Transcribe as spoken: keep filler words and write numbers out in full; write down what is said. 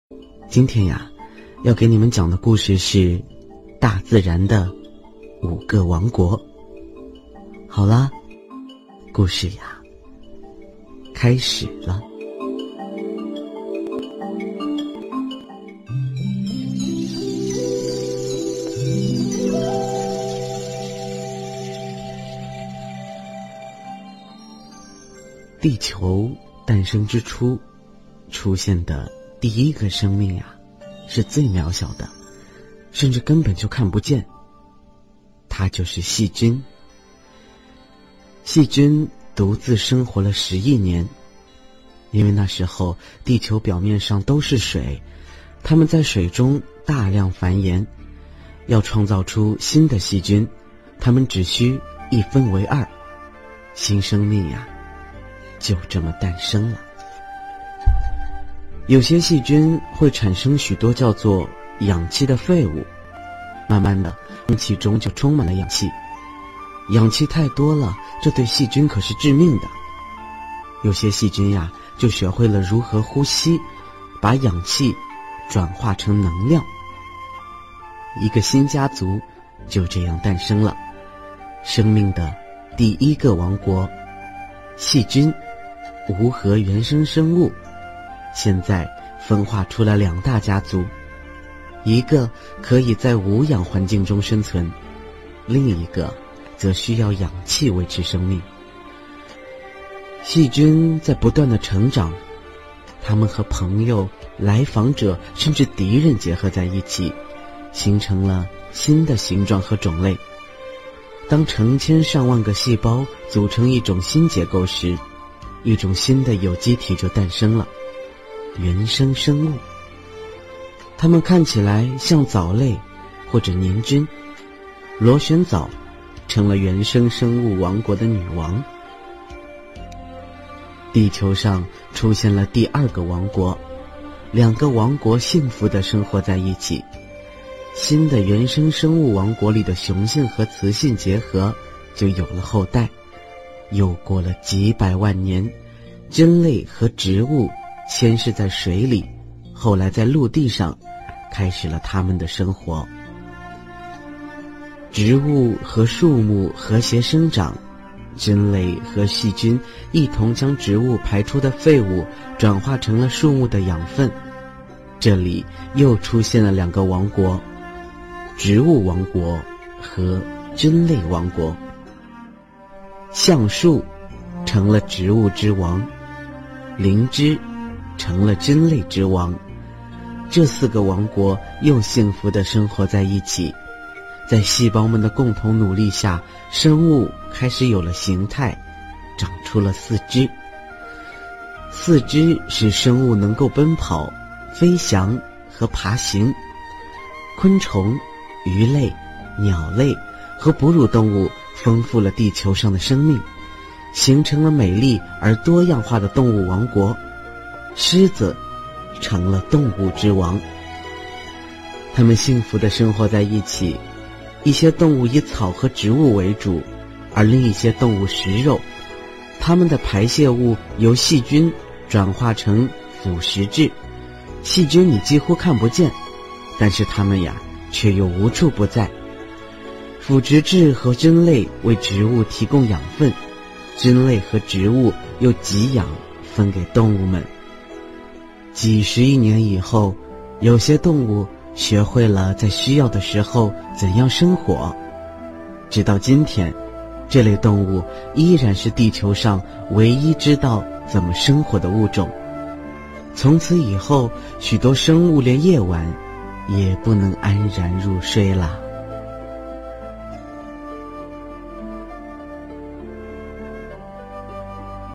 今天呀，要给你们讲的故事是大自然的五个王国。好啦，故事呀，开始了。地球诞生之初，出现的第一个生命呀，是最渺小的，甚至根本就看不见。它就是细菌。细菌独自生活了十亿年，因为那时候地球表面上都是水，它们在水中大量繁衍。要创造出新的细菌，它们只需一分为二，新生命呀，就这么诞生了。有些细菌会产生许多叫做氧气的废物，慢慢的空气中就充满了氧气。氧气太多了，这对细菌可是致命的。有些细菌呀，就学会了如何呼吸，把氧气转化成能量。一个新家族就这样诞生了，生命的第一个王国——细菌，无核原生生物。现在分化出了两大家族，一个可以在无氧环境中生存，另一个则需要氧气维持生命。细菌在不断的成长，它们和朋友、来访者甚至敌人结合在一起，形成了新的形状和种类。当成千上万个细胞组成一种新结构时，一种新的有机体就诞生了，原生生物。它们看起来像藻类或者黏菌。螺旋藻成了原生生物王国的女王。地球上出现了第二个王国，两个王国幸福地生活在一起。新的原生生物王国里的雄性和雌性结合，就有了后代。又过了几百万年，菌类和植物先是在水里，后来在陆地上开始了他们的生活。植物和树木和谐生长，菌类和细菌一同将植物排出的废物转化成了树木的养分。这里又出现了两个王国，植物王国和菌类王国。橡树成了植物之王，灵芝成了菌类之王。这四个王国又幸福地生活在一起。在细胞们的共同努力下，生物开始有了形态，长出了四肢。四肢使生物能够奔跑、飞翔和爬行。昆虫、鱼类、鸟类和哺乳动物丰富了地球上的生命，形成了美丽而多样化的动物王国。狮子成了动物之王。它们幸福地生活在一起，一些动物以草和植物为主，而另一些动物食肉。它们的排泄物由细菌转化成腐蚀质。细菌你几乎看不见，但是它们呀，却又无处不在。腐殖质和菌类为植物提供养分，菌类和植物又给养分给动物们。几十亿年以后，有些动物学会了在需要的时候怎样生活。直到今天，这类动物依然是地球上唯一知道怎么生活的物种。从此以后，许多生物连夜晚也不能安然入睡了。